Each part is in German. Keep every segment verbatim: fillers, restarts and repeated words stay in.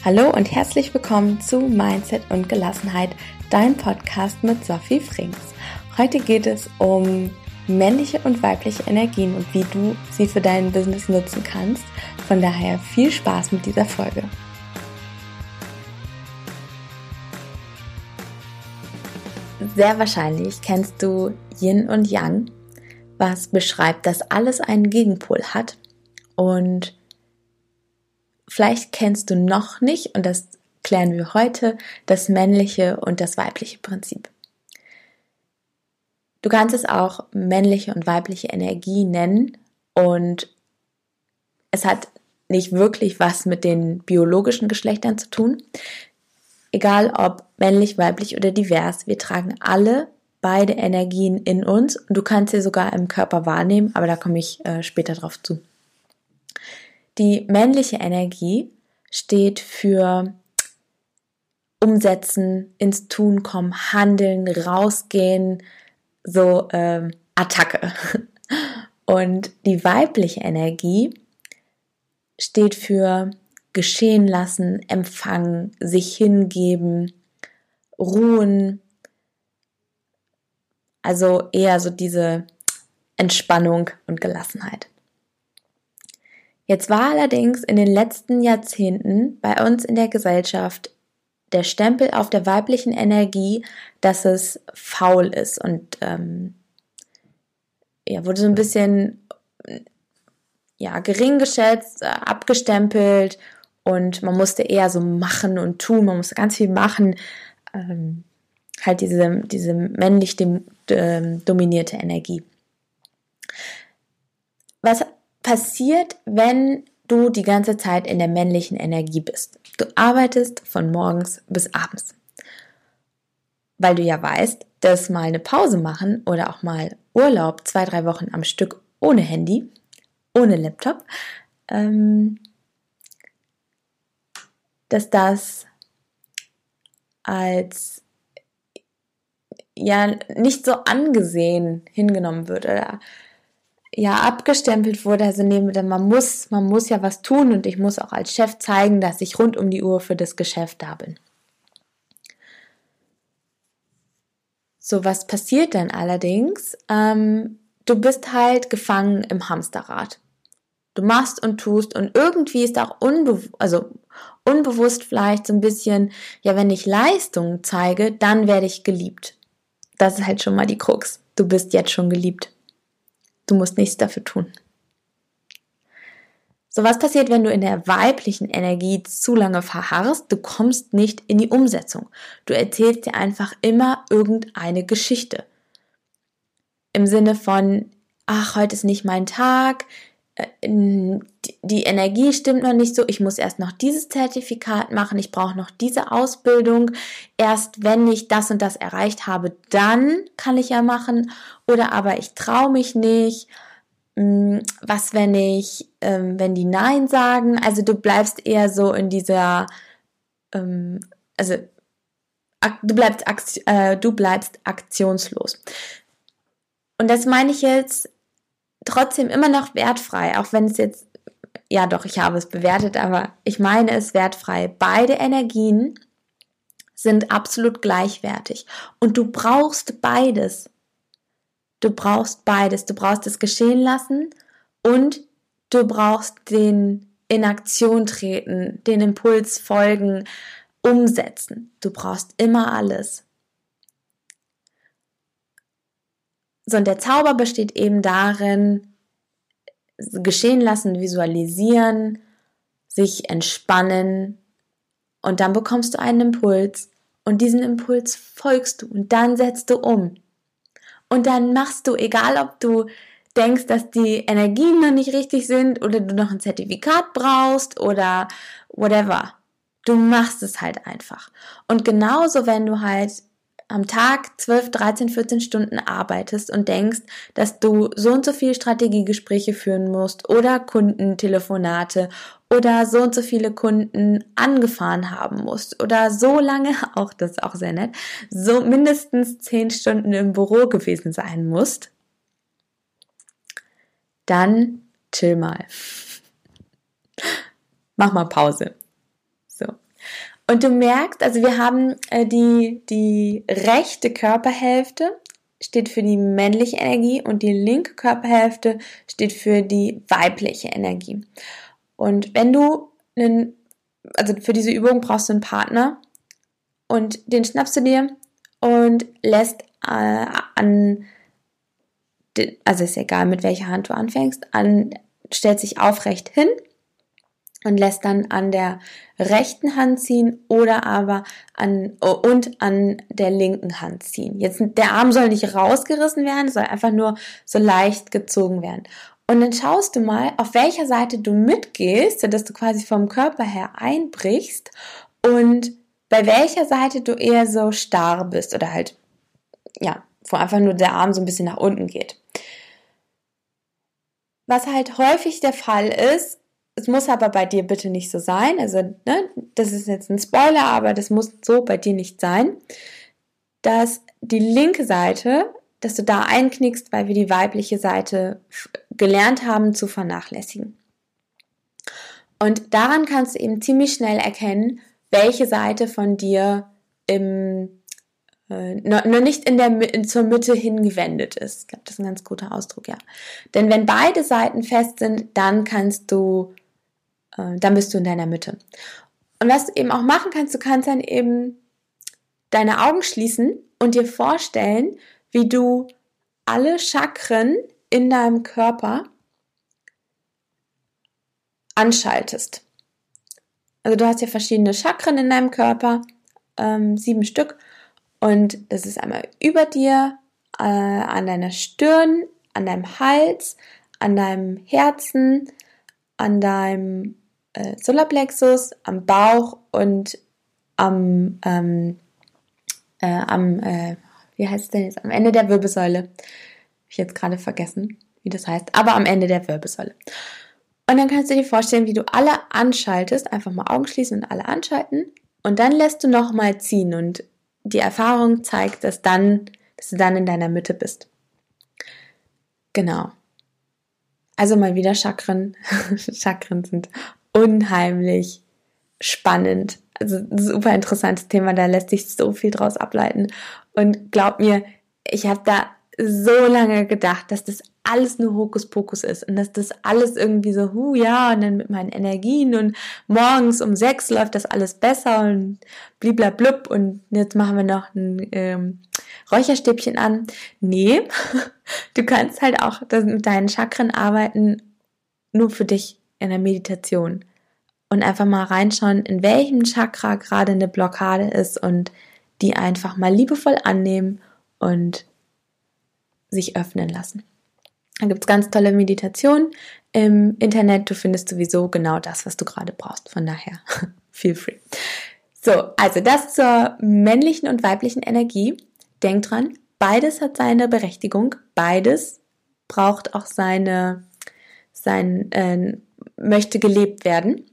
Hallo und herzlich willkommen zu Mindset und Gelassenheit, dein Podcast mit Sophie Frings. Heute geht es um männliche und weibliche Energien und wie du sie für dein Business nutzen kannst. Von daher viel Spaß mit dieser Folge. Sehr wahrscheinlich kennst du Yin und Yang, was beschreibt, dass alles einen Gegenpol hat. Und vielleicht kennst du noch nicht, und das klären wir heute, das männliche und das weibliche Prinzip. Du kannst es auch männliche und weibliche Energie nennen und es hat nicht wirklich was mit den biologischen Geschlechtern zu tun. Egal ob männlich, weiblich oder divers, wir tragen alle beide Energien in uns und du kannst sie sogar im Körper wahrnehmen, aber da komme ich äh, später drauf zu. Die männliche Energie steht für Umsetzen, ins Tun kommen, handeln, rausgehen, so ähm, Attacke. Und die weibliche Energie steht für geschehen lassen, empfangen, sich hingeben, ruhen. Also eher so diese Entspannung und Gelassenheit. Jetzt war allerdings in den letzten Jahrzehnten bei uns in der Gesellschaft der Stempel auf der weiblichen Energie, dass es faul ist und ähm, ja, wurde so ein bisschen ja, gering geschätzt, äh, abgestempelt und man musste eher so machen und tun, man musste ganz viel machen, ähm, halt diese, diese männlich dem, ähm, dominierte Energie. Was passiert, wenn du die ganze Zeit in der männlichen Energie bist? Du arbeitest von morgens bis abends. Weil du ja weißt, dass mal eine Pause machen oder auch mal Urlaub, zwei, drei Wochen am Stück ohne Handy, ohne Laptop, ähm, dass das als ja nicht so angesehen hingenommen wird oder ja abgestempelt wurde, also nee, man muss, man muss ja was tun und ich muss auch als Chef zeigen, dass ich rund um die Uhr für das Geschäft da bin. So, was passiert dann allerdings? Ähm, du bist halt gefangen im Hamsterrad. Du machst und tust und irgendwie ist auch unbe- also unbewusst vielleicht so ein bisschen, ja, wenn ich Leistung zeige, dann werde ich geliebt. Das ist halt schon mal die Krux. Du bist jetzt schon geliebt. Du musst nichts dafür tun. So, was passiert, wenn du in der weiblichen Energie zu lange verharrst? Du kommst nicht in die Umsetzung. Du erzählst dir einfach immer irgendeine Geschichte. Im Sinne von, ach, heute ist nicht mein Tag, die Energie stimmt noch nicht so, ich muss erst noch dieses Zertifikat machen, ich brauche noch diese Ausbildung, erst wenn ich das und das erreicht habe, dann kann ich ja machen, oder aber ich traue mich nicht, was wenn ich, wenn die Nein sagen, also du bleibst eher so in dieser, also du bleibst, du bleibst aktionslos. Und das meine ich jetzt trotzdem immer noch wertfrei, auch wenn es jetzt, ja doch, ich habe es bewertet, aber ich meine es wertfrei. Beide Energien sind absolut gleichwertig und du brauchst beides. Du brauchst beides. Du brauchst es geschehen lassen und du brauchst den in Aktion treten, den Impuls folgen, umsetzen. Du brauchst immer alles. So, und der Zauber besteht eben darin, geschehen lassen, visualisieren, sich entspannen und dann bekommst du einen Impuls und diesen Impuls folgst du und dann setzt du um. Und dann machst du, egal ob du denkst, dass die Energien noch nicht richtig sind oder du noch ein Zertifikat brauchst oder whatever. Du machst es halt einfach. Und genauso, wenn du halt am Tag zwölf, dreizehn, vierzehn Stunden arbeitest und denkst, dass du so und so viele Strategiegespräche führen musst oder Kundentelefonate oder so und so viele Kunden angefahren haben musst oder so lange, auch das ist auch sehr nett, so mindestens zehn Stunden im Büro gewesen sein musst, dann chill mal. Mach mal Pause. So. Und du merkst, also wir haben äh, die, die rechte Körperhälfte steht für die männliche Energie und die linke Körperhälfte steht für die weibliche Energie. Und wenn du einen, also für diese Übung brauchst du einen Partner und den schnappst du dir und lässt äh, an, also ist egal mit welcher Hand du anfängst, an, stellst dich aufrecht hin und lässt dann an der rechten Hand ziehen oder aber an und an der linken Hand ziehen. Jetzt der Arm soll nicht rausgerissen werden, es soll einfach nur so leicht gezogen werden. Und dann schaust du mal, auf welcher Seite du mitgehst, sodass du quasi vom Körper her einbrichst und bei welcher Seite du eher so starr bist oder halt, ja, wo einfach nur der Arm so ein bisschen nach unten geht. Was halt häufig der Fall ist, es muss aber bei dir bitte nicht so sein, also ne, das ist jetzt ein Spoiler, aber das muss so bei dir nicht sein, dass die linke Seite, dass du da einknickst, weil wir die weibliche Seite gelernt haben zu vernachlässigen. Und daran kannst du eben ziemlich schnell erkennen, welche Seite von dir im, äh, noch, noch nicht in der, in, zur Mitte hingewendet ist. Ich glaube, das ist ein ganz guter Ausdruck, ja. Denn wenn beide Seiten fest sind, dann kannst du dann bist du in deiner Mitte. Und was du eben auch machen kannst, du kannst dann eben deine Augen schließen und dir vorstellen, wie du alle Chakren in deinem Körper anschaltest. Also du hast ja verschiedene Chakren in deinem Körper, ähm, sieben Stück. Und das ist einmal über dir, äh, an deiner Stirn, an deinem Hals, an deinem Herzen, an deinem äh, Solarplexus, am Bauch und am, ähm, äh, am äh, wie heißt es denn jetzt, am Ende der Wirbelsäule. Habe ich jetzt gerade vergessen, wie das heißt, aber am Ende der Wirbelsäule. Und dann kannst du dir vorstellen, wie du alle anschaltest, einfach mal Augen schließen und alle anschalten und dann lässt du nochmal ziehen und die Erfahrung zeigt, dass, dann, dass du dann in deiner Mitte bist. Genau. Also mal wieder Chakren. Chakren sind unheimlich spannend. Also ein super interessantes Thema, da lässt sich so viel draus ableiten. Und glaub mir, ich habe da so lange gedacht, dass das alles nur Hokuspokus ist und dass das alles irgendwie so, hu ja, und dann mit meinen Energien und morgens um sechs läuft das alles besser und bliblablub und jetzt machen wir noch ein ähm, Räucherstäbchen an. Nee, du kannst halt auch das mit deinen Chakren arbeiten, nur für dich in der Meditation und einfach mal reinschauen, in welchem Chakra gerade eine Blockade ist und die einfach mal liebevoll annehmen und sich öffnen lassen. Da gibt es ganz tolle Meditationen im Internet. Du findest sowieso genau das, was du gerade brauchst. Von daher, feel free. So, also das zur männlichen und weiblichen Energie. Denk dran, beides hat seine Berechtigung. Beides braucht auch seine, sein, äh, möchte gelebt werden.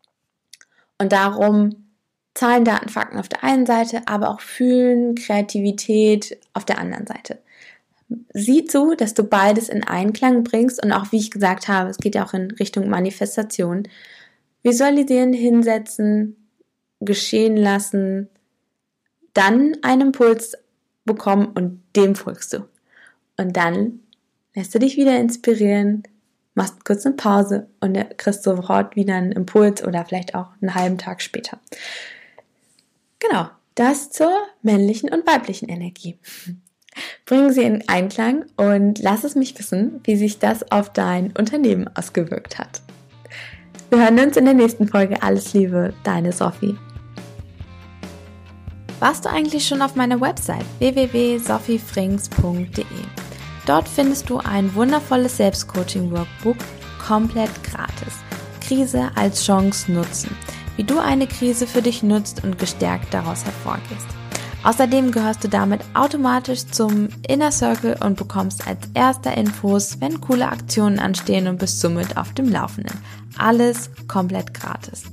Und darum Zahlen, Daten, Fakten auf der einen Seite, aber auch Fühlen, Kreativität auf der anderen Seite. Sieh zu, dass du beides in Einklang bringst und auch, wie ich gesagt habe, es geht ja auch in Richtung Manifestation. Visualisieren, hinsetzen, geschehen lassen, dann einen Impuls bekommen und dem folgst du. Und dann lässt du dich wieder inspirieren, machst kurz eine Pause und kriegst sofort wieder einen Impuls oder vielleicht auch einen halben Tag später. Genau, das zur männlichen und weiblichen Energie. Bring sie in Einklang und lass es mich wissen, wie sich das auf dein Unternehmen ausgewirkt hat. Wir hören uns in der nächsten Folge. Alles Liebe, deine Sophie. Warst du eigentlich schon auf meiner Website w w w punkt sophie frings punkt d e? Dort findest du ein wundervolles Selbstcoaching-Workbook komplett gratis. Krise als Chance nutzen. Wie du eine Krise für dich nutzt und gestärkt daraus hervorgehst. Außerdem gehörst du damit automatisch zum Inner Circle und bekommst als erster Infos, wenn coole Aktionen anstehen und bist somit auf dem Laufenden. Alles komplett gratis.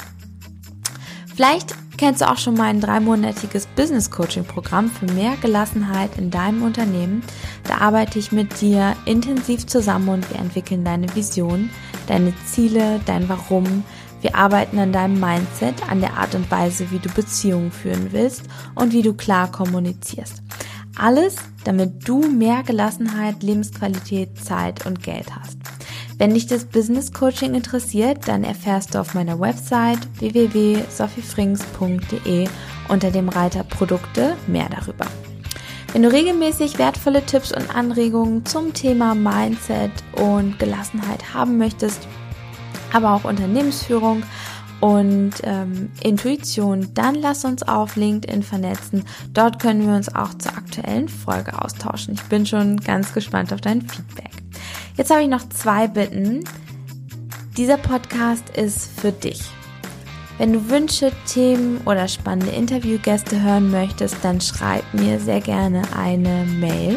Vielleicht kennst du auch schon mein dreimonatiges Business Coaching Programm für mehr Gelassenheit in deinem Unternehmen. Da arbeite ich mit dir intensiv zusammen und wir entwickeln deine Vision, deine Ziele, dein Warum. Wir arbeiten an deinem Mindset, an der Art und Weise, wie du Beziehungen führen willst und wie du klar kommunizierst. Alles, damit du mehr Gelassenheit, Lebensqualität, Zeit und Geld hast. Wenn dich das Business Coaching interessiert, dann erfährst du auf meiner Website w w w punkt sophie frings punkt d e unter dem Reiter Produkte mehr darüber. Wenn du regelmäßig wertvolle Tipps und Anregungen zum Thema Mindset und Gelassenheit haben möchtest, aber auch Unternehmensführung und ähm, Intuition, dann lass uns auf LinkedIn vernetzen. Dort können wir uns auch zur aktuellen Folge austauschen. Ich bin schon ganz gespannt auf dein Feedback. Jetzt habe ich noch zwei Bitten. Dieser Podcast ist für dich. Wenn du Wünsche, Themen oder spannende Interviewgäste hören möchtest, dann schreib mir sehr gerne eine Mail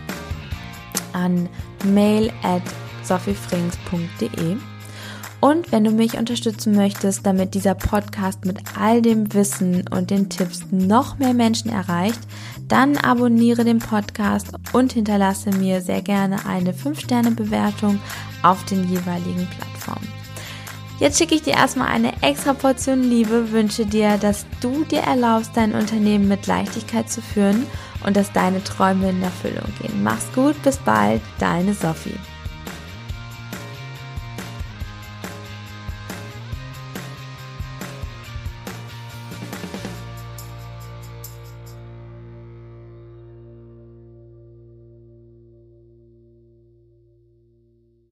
an mail at sophie frings punkt d e. Und wenn du mich unterstützen möchtest, damit dieser Podcast mit all dem Wissen und den Tipps noch mehr Menschen erreicht, dann abonniere den Podcast und hinterlasse mir sehr gerne eine fünf Sterne Bewertung auf den jeweiligen Plattformen. Jetzt schicke ich dir erstmal eine extra Portion Liebe, wünsche dir, dass du dir erlaubst, dein Unternehmen mit Leichtigkeit zu führen und dass deine Träume in Erfüllung gehen. Mach's gut, bis bald, deine Sophie.